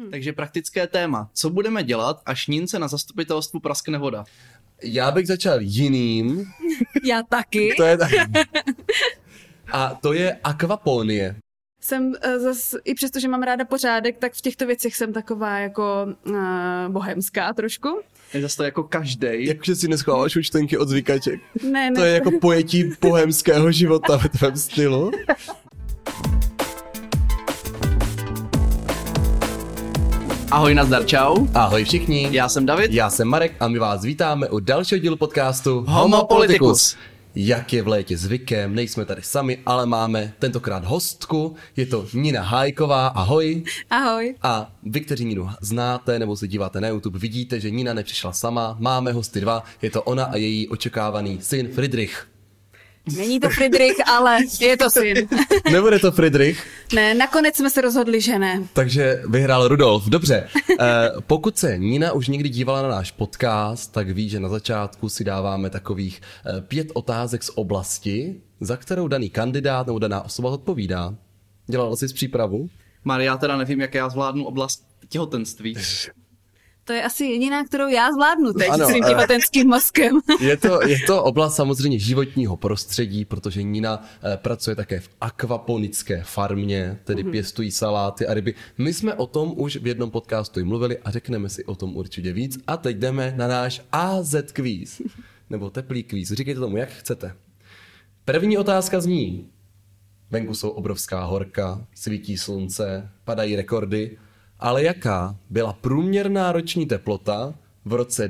Takže praktické téma. Co budeme dělat, až Nince na zastupitelstvu praskne voda? Já bych začal jiným. Já taky. To je tak. A to je akvaponie. Jsem zas, i přesto, že mám ráda pořádek, tak v těchto věcech jsem taková jako bohemská trošku. Je zase to jako každej. Jakože si neschováváš účtenky od zvykaček. Ne. To je jako pojetí bohemského života ve tvém stylu. Ahoj, nazdar, čau. Ahoj všichni. Já jsem David. Já jsem Marek a my vás vítáme u dalšího dílu podcastu Homo Politicus. Jak je v létě zvykem, nejsme tady sami, ale máme tentokrát hostku. Je to Nina Hájková, ahoj. Ahoj. A vy, kteří Ninu znáte nebo se díváte na YouTube, vidíte, že Nina nepřišla sama, máme hosty dva, je to ona a její očekávaný syn Friedrich. Není to Friedrich, ale je to syn. Nebude to Friedrich? Ne, nakonec jsme se rozhodli, že ne. Takže vyhrál Rudolf, dobře. Pokud se Nina už někdy dívala na náš podcast, tak ví, že na začátku si dáváme takových 5 otázek z oblasti, za kterou daný kandidát nebo daná osoba odpovídá. Dělala jsi přípravu? Maria, já teda nevím, jak já zvládnu oblast těhotenství. To je asi jediná, kterou já zvládnu teď Ano, s tím těhotenským mozkem. Je to oblast samozřejmě životního prostředí, protože Nina pracuje také v akvaponické farmě, tedy pěstují saláty a ryby. My jsme o tom už v jednom podcastu i mluvili a řekneme si o tom určitě víc. A teď jdeme na náš AZ kvíz, nebo teplý kvíz. Říkejte tomu, jak chcete. První otázka zní. Venku jsou obrovská horka, svítí slunce, padají rekordy. Ale jaká byla průměrná roční teplota v roce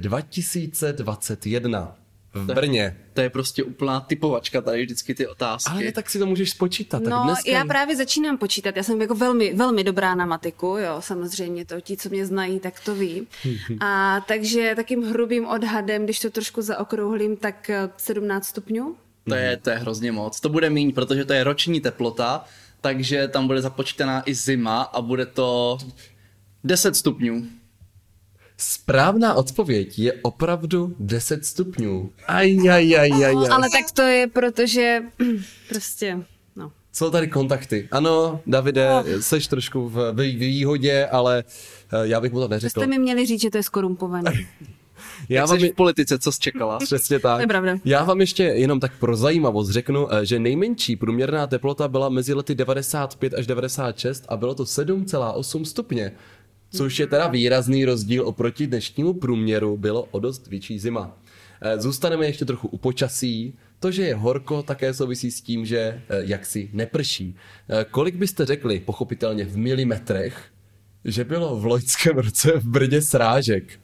2021 v Brně? To je prostě úplná typovačka tady vždycky ty otázky. Ale tak si to můžeš spočítat. Tak No, dneska... já právě začínám počítat. Já jsem jako velmi, velmi dobrá na matiku, jo, samozřejmě to ti, co mě znají, tak to ví. A takže takým hrubým odhadem, když to trošku zaokrouhlím, tak 17 stupňů. To je hrozně moc. To bude míň, protože to je roční teplota, takže tam bude započítaná i zima a bude to 10 stupňů. Správná odpověď je opravdu 10 stupňů. Aj. Ale tak to je, protože prostě, no. Jsou tady kontakty. Ano, Davide, seš trošku v výhodě, ale já bych mu to neřekl. Jste mi měli říct, že to je skorumpovaný. Jak jsi v politice, co jsi čekala? Přesně tak. To je pravda. Já vám ještě jenom tak pro zajímavost řeknu, že nejmenší průměrná teplota byla mezi lety 95 až 96 a bylo to 7,8 stupně. Což je teda výrazný rozdíl oproti dnešnímu průměru, bylo o dost větší zima. Zůstaneme ještě trochu u počasí. To, že je horko, také souvisí s tím, že jaksi neprší. Kolik byste řekli, pochopitelně v milimetrech, že bylo v loňském roce v Brně srážek?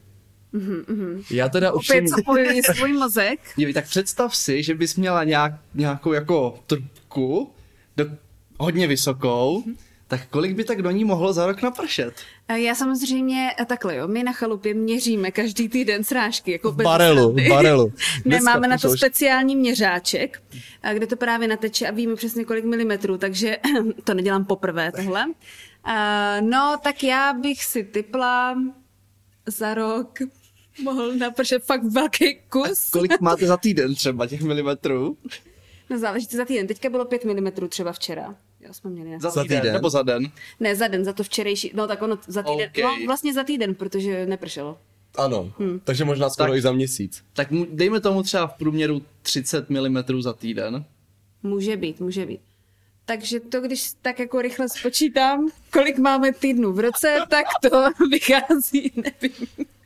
Já teda už Opět zapojuji svůj mozek. Dívej, tak představ si, že bys měla nějakou jako trubku, hodně vysokou, tak kolik by tak do ní mohlo za rok napršet? Já samozřejmě takhle, jo, my na chalupě měříme každý týden srážky. Jako v barelu. Nemáme na to speciální měřáček, kde to právě nateče a víme přesně kolik milimetrů, takže to nedělám poprvé tohle. No, tak já bych si tipla za rok mohl napršet fakt velký kus. A kolik máte za týden třeba těch milimetrů? No záleží to za týden. Teďka bylo 5 milimetrů třeba včera. Jo, jsme měli Za týden nebo za den? Ne, za den, za to včerejší. No tak ono za týden. Okay. No vlastně za týden, protože nepršelo. Ano, takže možná skoro i za měsíc. Tak dejme tomu třeba v průměru 30 mm za týden. Může být. Takže to, když tak jako rychle spočítám, kolik máme týdnů v roce, tak to vychází, nevím.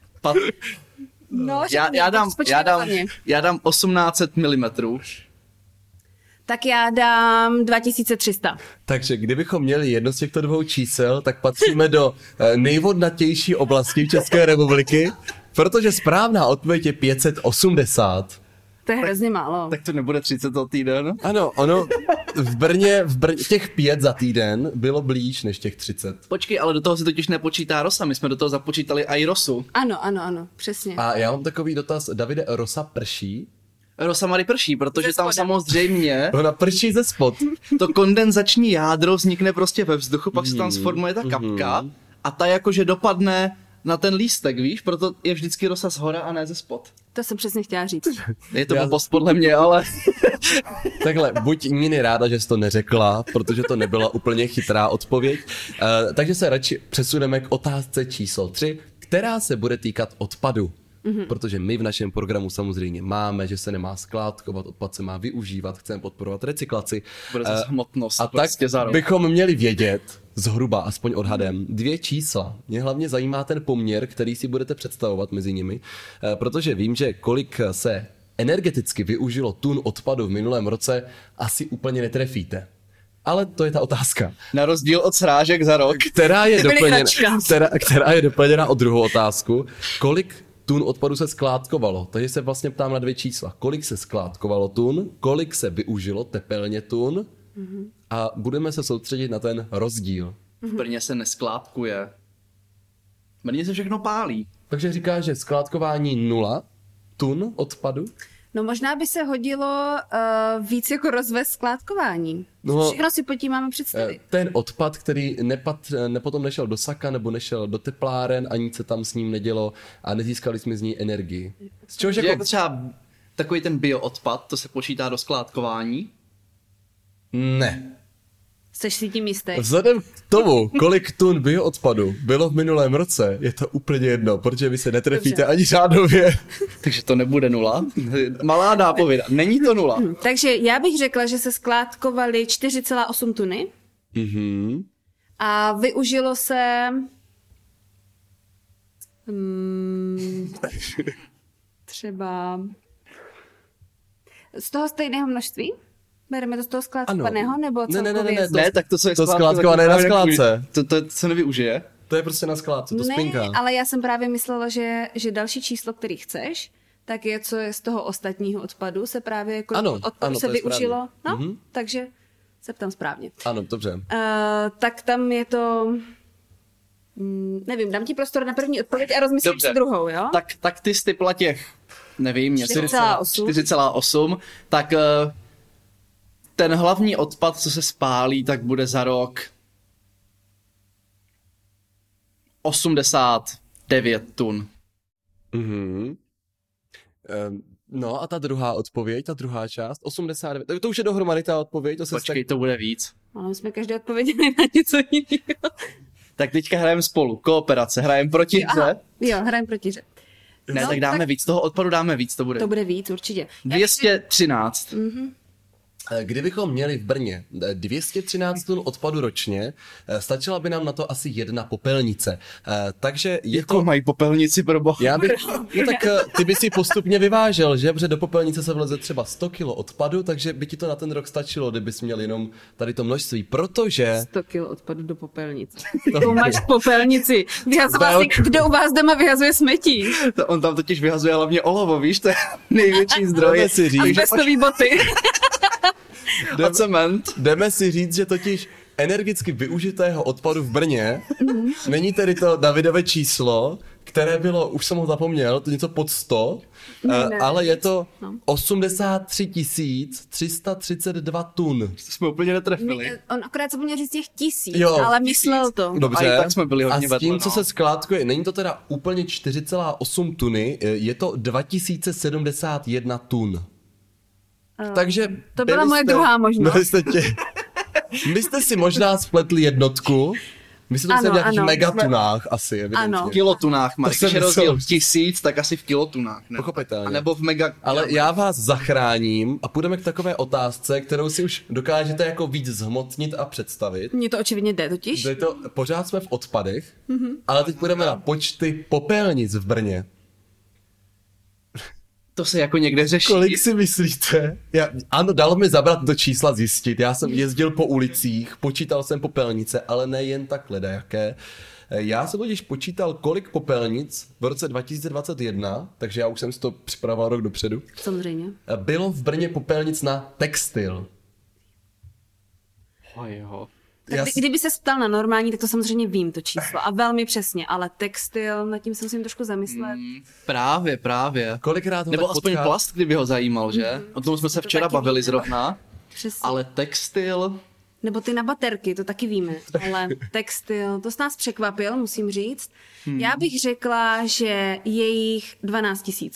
No, já dám 1800 mm. Tak já dám 2300. Takže kdybychom měli jedno z těchto dvou čísel, tak patříme do nejvodnatější oblasti České republiky, protože správná odpověď je 580. To je hrozně málo. Tak to nebude 30 za týden? Ano, ono v Brně těch 5 za týden bylo blíž než těch 30. Počkej, ale do toho se totiž nepočítá rosa, my jsme do toho započítali i rosu. Ano, přesně. A já mám takový dotaz, Davide, rosa prší? Rosa Mary prší, protože tam samozřejmě ona prší ze spod. To kondenzační jádro vznikne prostě ve vzduchu, pak se tam sformuje ta kapka a ta jakože dopadne na ten lístek, víš? Proto je vždycky rosa z hora a ne ze spod. To jsem přesně chtěla říct. Je to blbost podle mě, ale... Takhle, buď Nini ráda, že jsi to neřekla, protože to nebyla úplně chytrá odpověď. Takže se radši přesuneme k otázce číslo 3, která se bude týkat odpadu. Protože my v našem programu samozřejmě máme, že se nemá skládkovat, odpad se má využívat, chceme podporovat recyklaci. Bude zase hmotnost. A tak bychom měli vědět, zhruba aspoň odhadem, 2 čísla. Mě hlavně zajímá ten poměr, který si budete představovat mezi nimi, protože vím, že kolik se energeticky využilo tun odpadu v minulém roce, asi úplně netrefíte. Ale to je ta otázka. Na rozdíl od srážek za rok. Která je doplněna o druhou otázku. Kolik tun odpadu se skládkovalo? Takže se vlastně ptám na 2 čísla. Kolik se skládkovalo tun, kolik se využilo tepelně tun a budeme se soustředit na ten rozdíl. V Brně se neskládkuje. V Brně se všechno pálí. Takže říkáš, že skládkování 0 tun odpadu? No možná by se hodilo víc jako rozvést skládkování. No, Všechno si pod tím máme představit. Ten odpad, který potom nešel do saka nebo nešel do tepláren a nic se tam s ním nedělo a nezískali jsme z ní energii. Z čehož jako třeba takový ten bioodpad, to se počítá do skládkování? Ne. Jseš si tím jistý? Vzhledem k tomu, kolik tun bioodpadu bylo v minulém roce, je to úplně jedno, protože vy se netrefíte ani řádově. Takže to nebude 0. Malá nápověda. Není to 0. Takže já bych řekla, že se skládkovaly 4,8 tuny a využilo se třeba z toho stejného množství? Bereme to z toho skládkovaného, nebo celkově? Ne, tak to, co je to skládkované na skládce. To se nevyužije. To je prostě na skládce, to spinká. Ne, ale já jsem právě myslela, že další číslo, který chceš, tak je, co je z toho ostatního odpadu, se právě jako odpadu se využilo. No, takže se ptám správně. Ano, dobře. Tak tam je to... nevím, dám ti prostor na první odpověď a rozmyslím si druhou, jo? Tak ty stypla těch, nevím, 4,8, tak ten hlavní odpad, co se spálí, tak bude za rok 89 tun. No a ta druhá odpověď, ta druhá část, 89, to už je dohromady ta odpověď. Počkej, to bude víc. Ale my jsme každý odpověděli na něco jiného. Tak teďka hrajeme spolu, kooperace, hrajeme proti hře. Jo, hrajeme proti hře. Ne, tak dáme víc, toho odpadu dáme víc, to bude. To bude víc, určitě. 213. Kdybychom měli v Brně 213 tun odpadu ročně, stačila by nám na to asi 1 popelnice. Takže Jakou mají popelnici pro boha? Tak ty by si postupně vyvážel, že? Protože do popelnice se vleze třeba 100 kg odpadu, takže by ti to na ten rok stačilo, kdybys měl jenom tady to množství, protože... 100 kg odpadu do popelnice. To máš popelnici. Kdo u vás doma vyhazuje smetí? On tam totiž vyhazuje hlavně olovo, víš? To je největší zdroj. Asbestové boty. A cement. Jdeme si říct, že totiž energicky využitého odpadu v Brně není tedy to Davidové číslo, které bylo, už jsem ho zapomněl, to něco pod 100, ale je to 83 332 tun. To jsme úplně netrefili. On akorát zapomněl říct těch 1000, ale myslel to. Dobře. A tak jsme byli hodně a s tím, co se skládkuje, není to teda úplně 4,8 tuny, je to 2071 tun. Takže to byla moje druhá možnost. My jste si možná spletli jednotku. My si to myslíme v nějakých megatunách asi, evidentně. Ano. V kilotunách, Marek. Když je rozdíl 1000, tak asi v kilotunách. Ne? Pochopitelně. A nebo v mega... Ale já vás zachráním a půjdeme k takové otázce, kterou si už dokážete jako víc zhmotnit a představit. Mně to očividně jde totiž. Pořád jsme v odpadech, ale teď půjdeme na počty popelnic v Brně. To se jako někde řeší. Kolik si myslíte? Ano, dalo mi zabrat do čísla zjistit. Já jsem jezdil po ulicích, počítal jsem popelnice, ale ne jen tak ledajaké. Já jsem totiž počítal, kolik popelnic v roce 2021, takže já už jsem si to připravoval rok dopředu. Samozřejmě. Bylo v Brně popelnic na textil. Jo. Tak kdyby se ptal na normální, tak to samozřejmě vím to číslo a velmi přesně, ale textil, nad tím se musím trošku zamyslet. Právě. Kolikrát ho nebo tak aspoň plast, kdyby ho zajímal, že? O tom jsme se včera bavili zrovna. Přesně. Ale textil... nebo ty na baterky, to taky víme, ale textil, to s nás překvapil, musím říct. Já bych řekla, že je jich 12 000.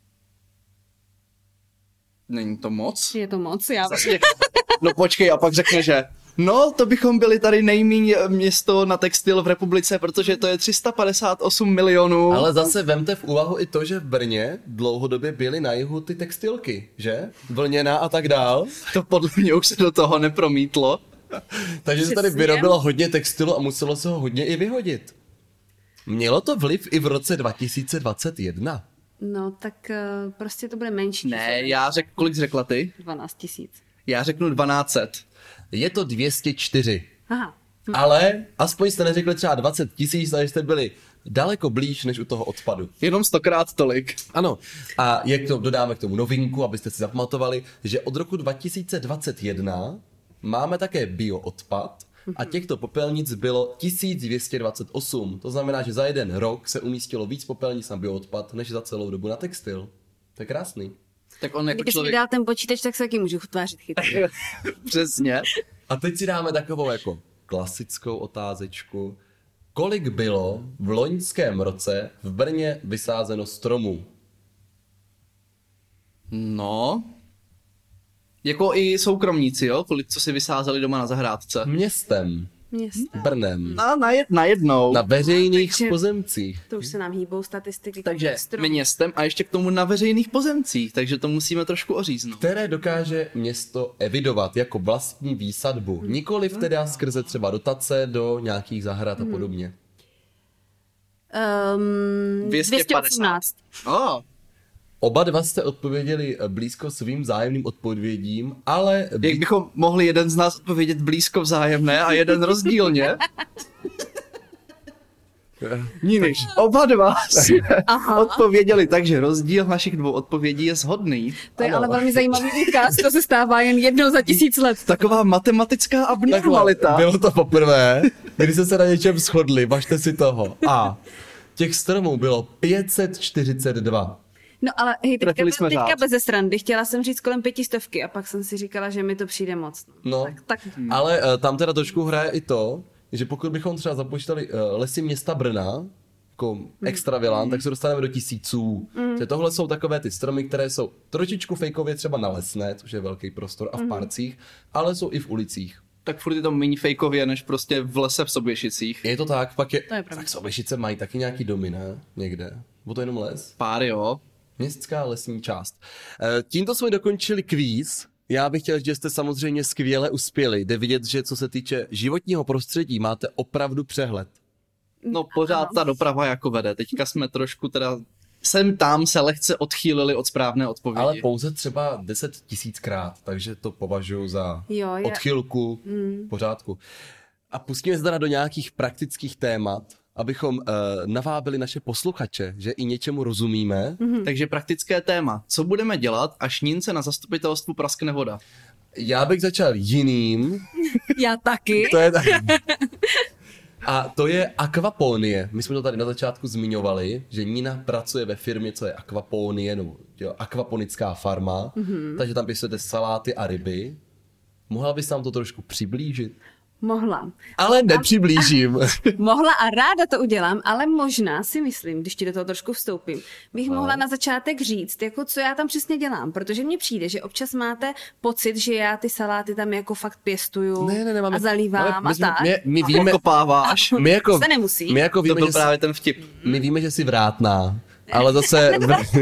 Není to moc? Je to moc, já No počkej, a pak řekne, že no, to bychom byli tady nejméně město na textil v republice, protože to je 358 milionů. Ale zase vemte v úvahu i to, že v Brně dlouhodobě byly na jihu ty textilky, že? Vlněná a tak dál. To podle mě už se do toho nepromítlo. Takže se tady vyrobilo hodně textilu a muselo se ho hodně i vyhodit. Mělo to vliv i v roce 2021? No, tak prostě to bude menší. Ne, já řekl, kolik jsi řekla ty? 12 000. Já řeknu 1200. Je to 204. Aha. Ale aspoň jste neřekli třeba 20 000, takže jste byli daleko blíž než u toho odpadu. Jenom 100krát tolik. Ano. A jak to dodáme k tomu novinku, abyste si zapamatovali, že od roku 2021 máme také bioodpad a těchto popelnic bylo 1228. To znamená, že za jeden rok se umístilo víc popelnic na bioodpad, než za celou dobu na textil. To je krásný. Tak on jako Když člověk... mi dal ten počítač, tak se taky můžu tvářit chytrý. Přesně. A teď si dáme takovou jako klasickou otázečku. Kolik bylo v loňském roce v Brně vysázeno stromů? No... Jako i soukromníci, jo? Kolik co si vysázeli doma na zahrádce? Městem. Brnem. Na jednou. Na veřejných pozemcích. To už se nám hýbou statistiky. Takže městem a ještě k tomu na veřejných pozemcích, takže to musíme trošku oříznout. Které dokáže město evidovat jako vlastní výsadbu, nikoliv teda skrze třeba dotace do nějakých zahrad a podobně. 218. Oba dva jste odpověděli blízko svým vzájemným odpovědím, ale... Jak bychom mohli jeden z nás odpovědět blízko vzájemné a jeden rozdílně? Níž, oba dva odpověděli, takže rozdíl našich dvou odpovědí je shodný. To je ale velmi zajímavý výkaz, to se stává jen jednou za 1000 let. Taková matematická abnormalita. Bylo to poprvé, kdy jste se na něčem shodli, važte si toho. A těch stromů bylo 542. No ale hej, teďka bez srandy, chtěla jsem říct kolem 500 a pak jsem si říkala, že mi to přijde moc. No, ale tam teda trošku hraje i to, že pokud bychom třeba započítali lesy města Brna, jako extravilán, tak se dostaneme do tisíců. Tohle jsou takové ty stromy, které jsou trošičku fejkově třeba na Lesné, což je velký prostor, a v parcích, ale jsou i v ulicích. Tak furt je to méně fejkově, než prostě v lese v Soběšicích. Je to tak, pak je tak Soběšice mají taky nějaký domy, ne? Někde. Bylo to jenom les? Pár, jo. Městská lesní část. Tímto jsme dokončili kvíz. Já bych chtěl, že jste samozřejmě skvěle uspěli. Jde vidět, že co se týče životního prostředí, máte opravdu přehled. No pořád ta doprava jako vede. Teďka jsme trošku teda sem tam se lehce odchýlili od správné odpovědi. Ale pouze třeba 10 000krát, takže to považuji za odchylku v pořádku. A pustíme se teda do nějakých praktických témat, abychom navábili naše posluchače, že i něčemu rozumíme. Takže praktické téma. Co budeme dělat, až Nince na zastupitelstvu praskne voda? Já bych začal jiným. Já taky. To je tak. A to je akvaponie. My jsme to tady na začátku zmiňovali, že Nina pracuje ve firmě, co je akvaponie, nebo akvaponická farma, takže tam pěstujete saláty a ryby. Mohla bys nám to trošku přiblížit? Mohla. Ale nepřiblížím. Mohla a ráda to udělám, ale možná si myslím, když ti do toho trošku vstoupím, bych mohla na začátek říct, jako co já tam přesně dělám, protože mně přijde, že občas máte pocit, že já ty saláty tam jako fakt pěstuju a zalívám a tak. My víme, kopáváš. My jako, se nemusí. My jako víme, to byl právě ten vtip. My víme, že jsi vrátná, ale zase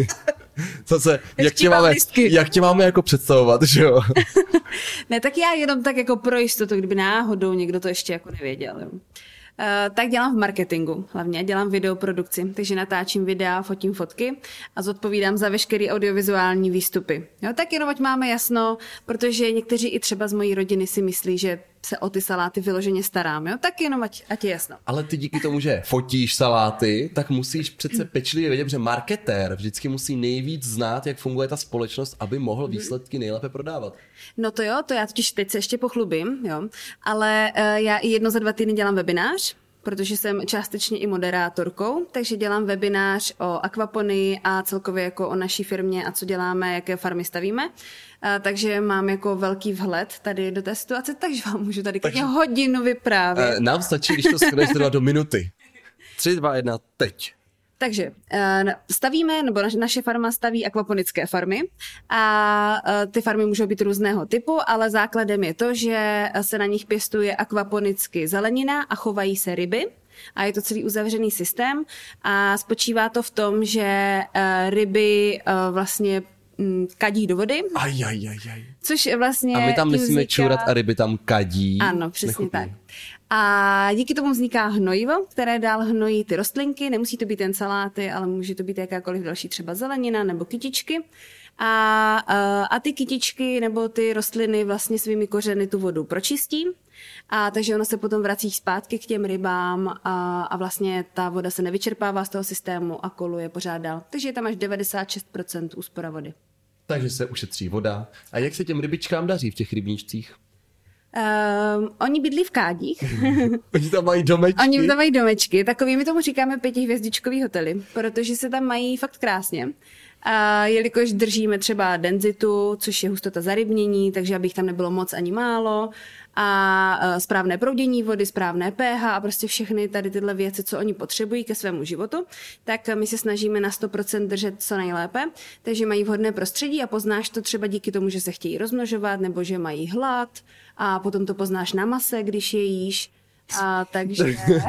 jak tě máme jako představovat, že jo? Ne, tak já jenom tak jako pro jistotu, kdyby náhodou někdo to ještě jako nevěděl. Jo. Tak dělám v marketingu, hlavně dělám videoprodukci, takže natáčím videa, fotím fotky a zodpovídám za veškerý audiovizuální výstupy. Jo, tak jenom ať máme jasno, protože někteří i třeba z mojí rodiny si myslí, že se o ty saláty vyloženě starám, jo? Tak jenom ať je jasno. Ale ty díky tomu, že fotíš saláty, tak musíš přece pečlivě vědět, že marketér vždycky musí nejvíc znát, jak funguje ta společnost, aby mohl výsledky nejlépe prodávat. No to jo, to já totiž teď se ještě pochlubím, jo, ale já i 1 za 2 týdny dělám webinář, protože jsem částečně i moderátorkou, takže dělám webinář o akvaponii a celkově jako o naší firmě a co děláme, jaké farmy stavíme. Takže mám jako velký vhled tady do té situace, takže vám můžu tady hodinu vyprávět. Nám stačí, když to shrneš do minuty. 3, 2, 1, teď. Takže stavíme, nebo naše farma staví akvaponické farmy a ty farmy můžou být různého typu, ale základem je to, že se na nich pěstuje akvaponicky zelenina a chovají se ryby. A je to celý uzavřený systém a spočívá to v tom, že ryby vlastně kadí do vody. Což vlastně a my tam nesmíme čurat a ryby tam kadí. Ano, přesně tak. A díky tomu vzniká hnojivo, které dál hnojí ty rostlinky. Nemusí to být jen saláty, ale může to být jakákoliv další třeba zelenina nebo kytičky. A ty kytičky nebo ty rostliny vlastně svými kořeny tu vodu pročistí. A takže ono se potom vrací zpátky k těm rybám a vlastně ta voda se nevyčerpává z toho systému a koluje pořád dál. Takže je tam až 96% úspora vody. Takže se ušetří voda. A jak se těm rybičkám daří v těch rybníčcích? Oni bydlí v kádích. Oni tam mají domečky. Oni tam mají domečky. Takový my tomu říkáme 5hvězdičkový hotely, protože se tam mají fakt krásně. A jelikož držíme třeba denzitu, což je hustota zarybnění, takže aby jich tam nebylo moc ani málo, a správné proudění vody, správné pH a prostě všechny tady tyhle věci, co oni potřebují ke svému životu, tak my se snažíme na 100% držet co nejlépe, takže mají vhodné prostředí a poznáš to třeba díky tomu, že se chtějí rozmnožovat nebo že mají hlad a potom to poznáš na mase, když je jíš. A takže...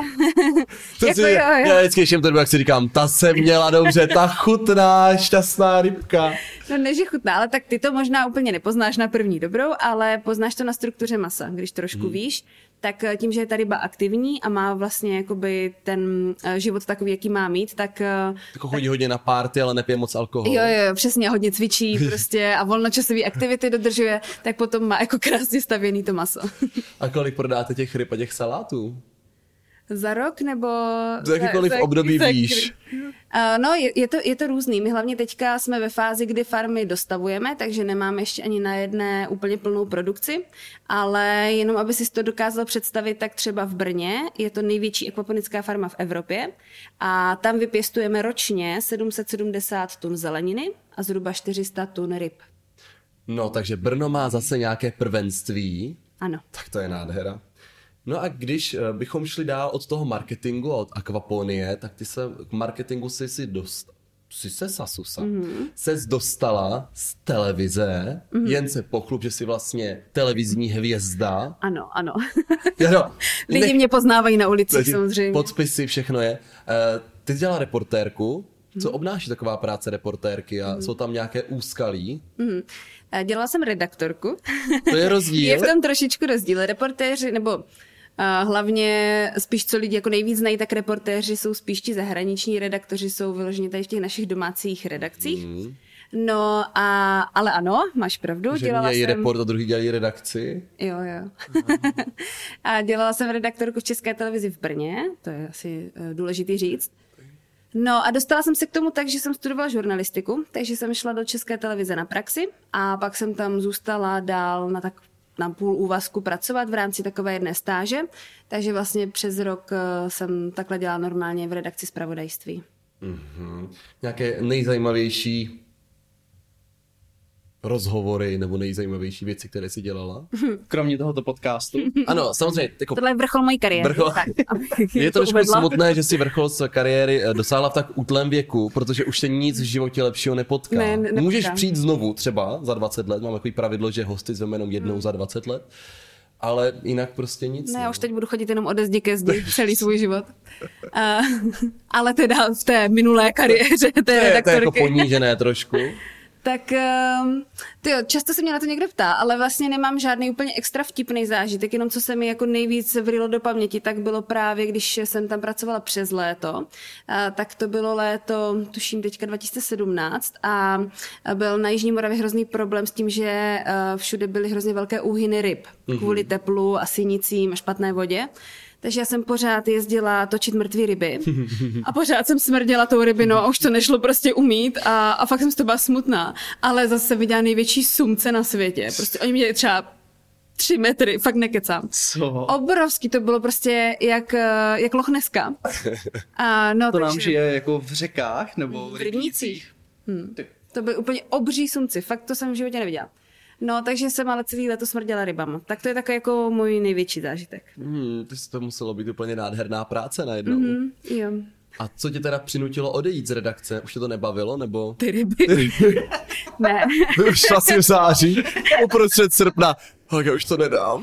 Já vždycky ještě to, jak si říkám, ta se měla dobře, ta chutná, šťastná rybka. No než je chutná, ale tak ty to možná úplně nepoznáš na první dobrou, ale poznáš to na struktuře masa, když trošku víš, tak tím, že je ta ryba aktivní a má vlastně jakoby ten život takový, jaký má mít, tak chodí hodně na party, ale nepije moc alkohol. Jo, přesně, hodně cvičí prostě a volnočasové aktivity dodržuje, tak potom má jako krásně stavěný to maso. A kolik prodáte těch ryb a těch salátů? Za rok nebo... Za jakýkoliv období víš? No, je to různý. My hlavně teďka jsme ve fázi, kdy farmy dostavujeme, takže nemáme ještě ani na jedné úplně plnou produkci, ale jenom aby si to dokázal představit, tak třeba v Brně je to největší akvaponická farma v Evropě a tam vypěstujeme ročně 770 tun zeleniny a zhruba 400 tun ryb. No, takže Brno má zase nějaké prvenství. Ano. Tak to je nádhera. No a když bychom šli dál od toho marketingu, od akvaponie, tak ty se k marketingu ses dostala z televize, jen se pochlup, že jsi vlastně televizní hvězda. Ano. No, Lidi mě poznávají na ulici samozřejmě. Podpisy, všechno je. Ty jsi dělala reportérku. Co obnáší taková práce reportérky a jsou tam nějaké úskalí? Dělala jsem redaktorku. To je rozdíl. Je v tom trošičku rozdíl. Reportéři, nebo hlavně spíš co lidi jako nejvíc znají, tak reportéři jsou spíš ti zahraniční, redaktoři jsou vyloženě tady v těch našich domácích redakcích. No, ale ano, máš pravdu. Že dělají report a druhý dělají redakci. Jo. A dělala jsem redaktorku v České televizi v Brně, to je asi důležitý říct. No a dostala jsem se k tomu tak, že jsem studovala žurnalistiku, takže jsem šla do České televize na praxi a pak jsem tam zůstala dál na půl úvazku pracovat v rámci takové jedné stáže, takže vlastně přes rok jsem takhle dělala normálně v redakci zpravodajství. Nějaké nejzajímavější rozhovory nebo nejzajímavější věci, které jsi dělala? Kromě tohoto podcastu. Ano, samozřejmě. Jako tohle je vrchol mojí kariéry. Je to trošku smutné, že si vrchol své kariéry dosáhla v tak útlém věku, protože už se nic v životě lepšího nepotká. Nepotká. Můžeš přijít znovu třeba za 20 let, mám takový pravidlo, že hosty zveme jenom jednou za 20 let, ale jinak prostě nic. Ne, já už teď budu chodit jenom ode zdi ke zdi celý svůj život. Ale teda v té minulé kariéře té redaktorky. To je jako ponížené trošku. Tak často se mě na to někdo ptá, ale vlastně nemám žádný úplně extra vtipný zážitek, jenom co se mi jako nejvíc vrylo do paměti, tak bylo právě, když jsem tam pracovala přes léto, tak to bylo léto, tuším teďka 2017 a byl na Jižní Moravě hrozný problém s tím, že všude byly hrozně velké úhyny ryb kvůli teplu a sinicím a špatné vodě. Takže já jsem pořád jezdila točit mrtvý ryby a pořád jsem smrděla tou rybinou a už to nešlo prostě umít a fakt jsem z toho byla smutná. Ale zase viděla největší sumce na světě. Prostě oni měli třeba 3 metry, fakt nekecám. Co? Obrovský, to bylo prostě jak Loch Nesska. To nám žije jako v řekách nebo v rybnících? To byly úplně obří sumci, fakt to jsem v životě neviděla. No, takže jsem ale celý leto smrděla rybama. Tak to je takový jako můj největší zážitek. To muselo být úplně nádherná práce najednou. Jo. A co tě teda přinutilo odejít z redakce? Už tě to nebavilo, nebo? Ty ryby. Ne. Šla si v září, uprostřed srpna. Tak já už to nedám.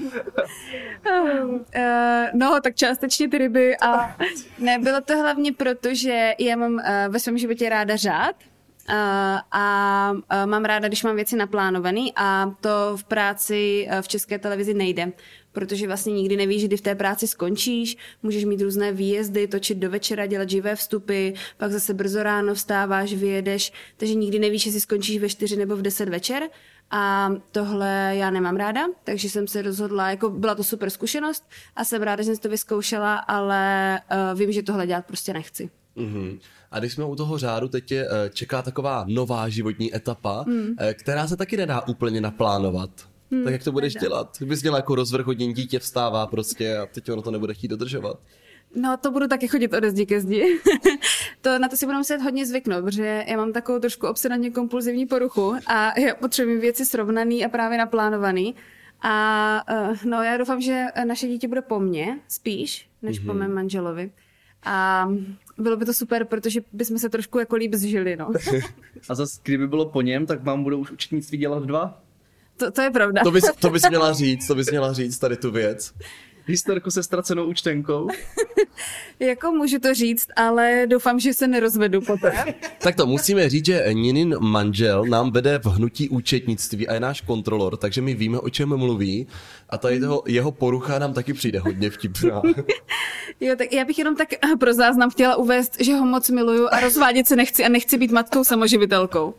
No, tak částečně ty ryby a ne, bylo to hlavně proto, že já mám ve svém životě ráda řád. A mám ráda, když mám věci naplánované a to v práci v České televizi nejde, protože vlastně nikdy nevíš, kdy v té práci skončíš, můžeš mít různé výjezdy, točit do večera, dělat živé vstupy, pak zase brzo ráno vstáváš, vyjedeš, takže nikdy nevíš, jestli skončíš ve 4 nebo v 10 večer a tohle já nemám ráda, takže jsem se rozhodla, jako byla to super zkušenost a jsem ráda, že jsem to vyzkoušela, ale vím, že tohle dělat prostě nechci. Mm-hmm. A když jsme u toho řádu, teď tě čeká taková nová životní etapa, která se taky nedá úplně naplánovat. Tak jak to budeš dělat? Bys měla jako rozvrchodnění, dítě vstává prostě a teď ono to nebude chtít dodržovat. No to budu taky chodit ode zdi ke zdi. Na to si budu muset hodně zvyknout, protože já mám takovou trošku obsedantně kompulzivní poruchu a já potřebuji věci srovnaný a právě naplánovaný. A no já doufám, že naše dítě bude po mně spíš, než po mém manželovi. A bylo by to super, protože bychom se trošku jako líp zžili, no. A zase, kdyby bylo po něm, tak vám budou už účetnictví dělat 2? To je pravda. To bys měla říct tady tu věc. Historku se ztracenou účtenkou. Jako můžu to říct, ale doufám, že se nerozvedu poté. Tak to musíme říct, že Ninin manžel nám vede v hnutí účetnictví a je náš kontrolor, takže my víme, o čem mluví a tady jeho porucha nám taky přijde hodně vtipná. Jo, tak já bych jenom tak pro záznam chtěla uvést, že ho moc miluju a rozvádět se nechci a nechci být matkou samoživitelkou.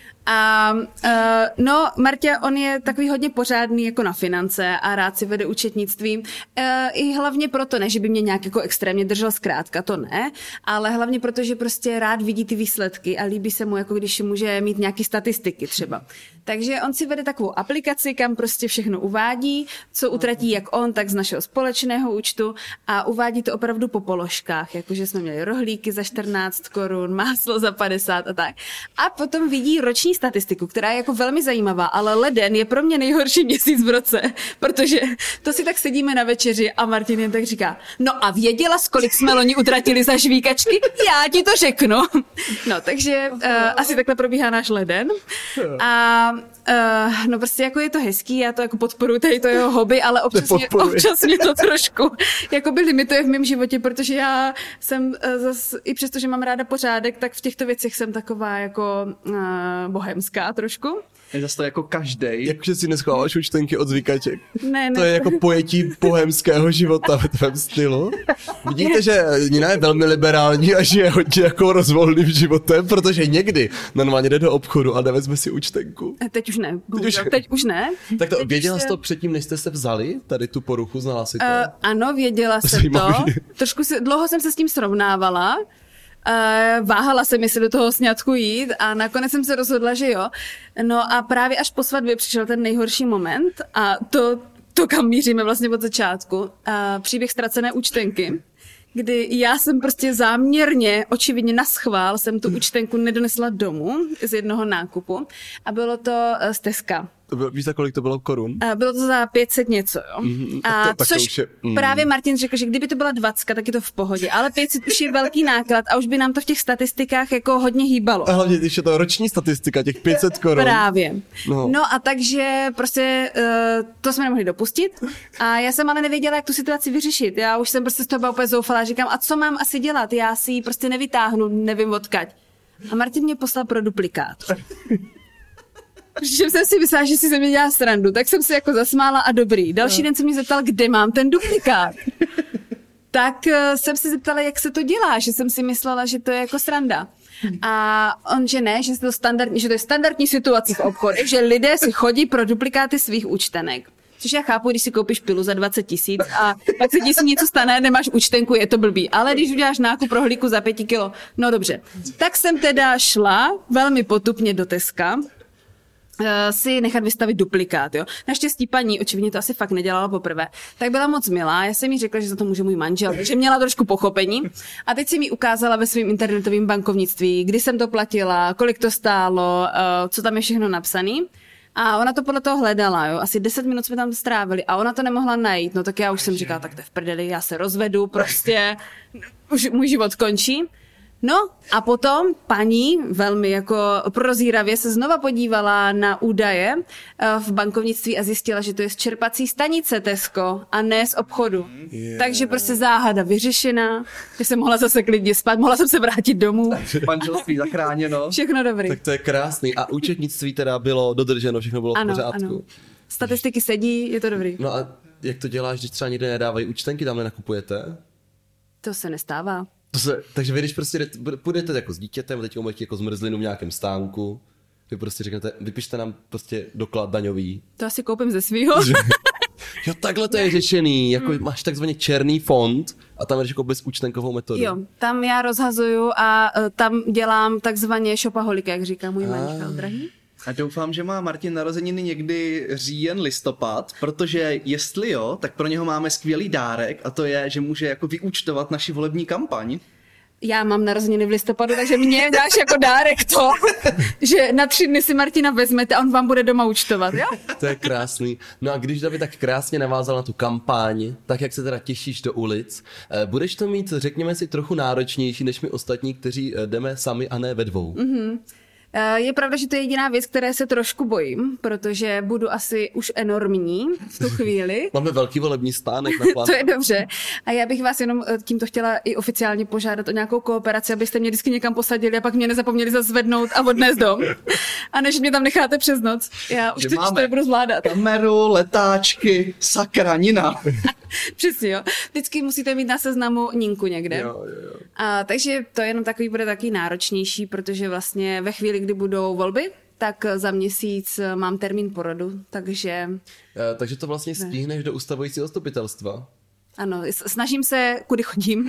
No, Marťa, on je takový hodně pořádný jako na finance a rád si vede účetnictví. I hlavně proto, ne, že by mě nějak jako extrémně držel zkrátka, to ne, ale hlavně proto, že prostě rád vidí ty výsledky a líbí se mu, jako když může mít nějaké statistiky třeba. Takže on si vede takovou aplikaci, kam prostě všechno uvádí, co utratí jak on, tak z našeho společného účtu a uvádí to opravdu po položkách, jakože jsme měli rohlíky za 14 korun, máslo za 50 a tak. A potom vidí roční statistiku, která je jako velmi zajímavá, ale leden je pro mě nejhorší měsíc v roce, protože to si tak sedíme na večeři a Martin jen tak říká, no a věděla, kolik jsme loni utratili za žvíkačky? Já ti to řeknu. No, takže asi takhle probíhá náš leden. A no prostě jako je to hezký, já to jako podporuji, tady to jeho hobby, ale občas mě to trošku jakoby limituje v mém životě, protože já jsem zase, i přesto, že mám ráda pořádek, tak v těchto věcech jsem taková jako bohemská trošku. Je zase to jako každej. Jakože si neschováváš účtenky od zvykaček. Ne. To je jako pojetí bohemského života ve tvém stylu. Vidíte, že Nina je velmi liberální a žije hodně jako rozvolným životem, protože někdy normálně jde do obchodu a nevezme si účtenku. Teď už ne. Teď už ne. Tak to věděla jsi to předtím, než jste se vzali? Tady tu poruchu, znala si to? Ano, věděla jsem to. Dlouho jsem se s tím srovnávala. Váhala jsem, jestli do toho sňatku jít a nakonec jsem se rozhodla, že jo. No a právě až po svatbě přišel ten nejhorší moment a to kam míříme vlastně od začátku. Příběh ztracené účtenky, kdy já jsem prostě záměrně, očividně naschvál, jsem tu účtenku nedonesla domů z jednoho nákupu a bylo to z Teska. Víš, za kolik to bylo korun? Bylo to za 500 něco, jo. Což právě Martin řekl, že kdyby to byla 20, tak je to v pohodě, ale 500 už je velký náklad a už by nám to v těch statistikách jako hodně hýbalo. A hlavně, když je to roční statistika, těch 500 korun. Právě. No a takže prostě to jsme nemohli dopustit a já jsem ale nevěděla, jak tu situaci vyřešit. Já už jsem prostě z toho úplně zoufala, říkám, a co mám asi dělat? Já si ji prostě nevytáhnu, nevím odkaď. A Martin mě poslal pro duplikát. Protože jsem si myslela, že si ze mě dělá srandu, tak jsem si jako zasmála a dobrý. Další den se mě zeptal, kde mám ten duplikát. Tak jsem si zeptala, jak se to dělá, že jsem si myslela, že to je jako sranda. A on, že ne, že to je standardní situace v obchodech, že lidé si chodí pro duplikáty svých účtenek. Což já chápu, když si koupíš pilu za 20 000 a pak se ti si něco stane, nemáš účtenku, je to blbý. Ale když uděláš nákup rohlíku za 5 kilo, no dobře. Tak jsem teda šla velmi potupně do Teska si nechat vystavit duplikát, jo. Naštěstí paní, očividně to asi fakt nedělala poprvé, tak byla moc milá, já jsem jí řekla, že za to může můj manžel, takže měla trošku pochopení a teď si mi ukázala ve svém internetovém bankovnictví, kdy jsem to platila, kolik to stálo, co tam je všechno napsaný. A ona to podle toho hledala, jo. Asi 10 minut jsme tam strávili a ona to nemohla najít, no tak já už jsem říkala, tak to je v prdeli, já se rozvedu, prostě už můj život končí. No a potom paní velmi jako prozíravě se znova podívala na údaje v bankovnictví a zjistila, že to je z čerpací stanice Tesco a ne z obchodu. Yeah. Takže prostě záhada vyřešená, že jsem mohla zase klidně spát, mohla jsem se vrátit domů. Manželství zachráněno. Všechno dobrý. Tak to je krásný. A účetnictví teda bylo dodrženo, všechno bylo v pořádku. Ano. Statistiky sedí, je to dobrý. No a jak to děláš, když třeba někde nedávají účtenky, tam nenakupujete? To se nestává. Takže vy, když prostě půjdete jako s dítětem, teď umíte jako zmrzlinu v nějakém stánku, vy prostě řeknete, vypište nám prostě doklad daňový. To asi koupím ze svýho. Jo, takhle to je řešený, jako máš takzvaně černý fond a tam jdeš jako bezúčtenkovou metodu. Jo, tam já rozhazuju a tam dělám takzvaně shopaholic, jak říká můj manžel drahý. A doufám, že má Martin narozeniny někdy říjen, listopad, protože jestli jo, tak pro něho máme skvělý dárek a to je, že může jako vyúčtovat naši volební kampaň. Já mám narozeniny v listopadu, takže mě dáš jako dárek to, že na 3 dny si Martina vezmete a on vám bude doma účtovat, jo? To je krásný. No a když David tak krásně navázal na tu kampaň, tak jak se teda těšíš do ulic, budeš to mít, řekněme si, trochu náročnější než my ostatní, kteří jdeme sami a ne ve dvou. Mm-hmm. Je pravda, že to je jediná věc, které se trošku bojím, protože budu asi už enormní v tu chvíli. Máme velký volební stánek na plánu. To je dobře. A já bych vás jenom tímto chtěla i oficiálně požádat o nějakou kooperaci, abyste mě vždycky někam posadili a pak mě nezapomněli zazvednout a odnést dom. A než mě tam necháte přes noc. Já už teď to nebudu zvládat. Kameru, letáčky, sakranina. Přesně, jo. Vždycky musíte mít na seznamu Ninku někde. Jo. Takže to jenom bude takový náročnější, protože vlastně ve chvíli, kdy budou volby, tak za měsíc mám termín porodu, takže... Takže to vlastně stihneš do ustavujícího zastupitelstva. Ano, snažím se, kudy chodím,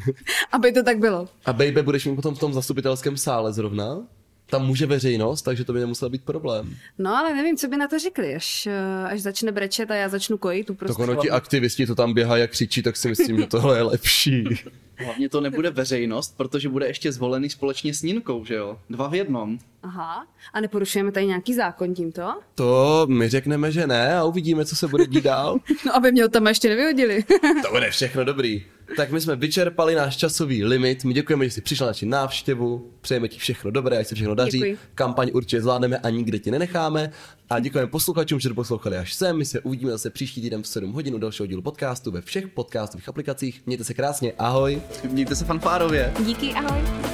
aby to tak bylo. A baby, budeš mít potom v tom zastupitelském sále zrovna? Tam může veřejnost, takže to by nemusel být problém. No, ale nevím, co by na to řekli, až začne brečet a já začnu kojit. Tak ono ti aktivisti to tam běhají a křičí, tak si myslím, že tohle je lepší. Hlavně to nebude veřejnost, protože bude ještě zvolený společně s Ninkou, že jo? 2 v 1. Aha, a neporušujeme tady nějaký zákon tímto? To my řekneme, že ne a uvidíme, co se bude dít dál. No, aby mě tam ještě nevyhodili. To bude všechno dobrý. Tak my jsme vyčerpali náš časový limit. My děkujeme, že jsi přišla na naši návštěvu. Přejeme ti všechno dobré, ať se všechno daří. Děkuji. Kampaň určitě zvládneme a nikde ti nenecháme. A děkujeme posluchačům, že to poslouchali až sem. My se uvidíme zase příští týden v 7 hodin u dalšího dílu podcastu ve všech podcastových aplikacích. Mějte se krásně, ahoj. Mějte se fanfárově. Díky, ahoj.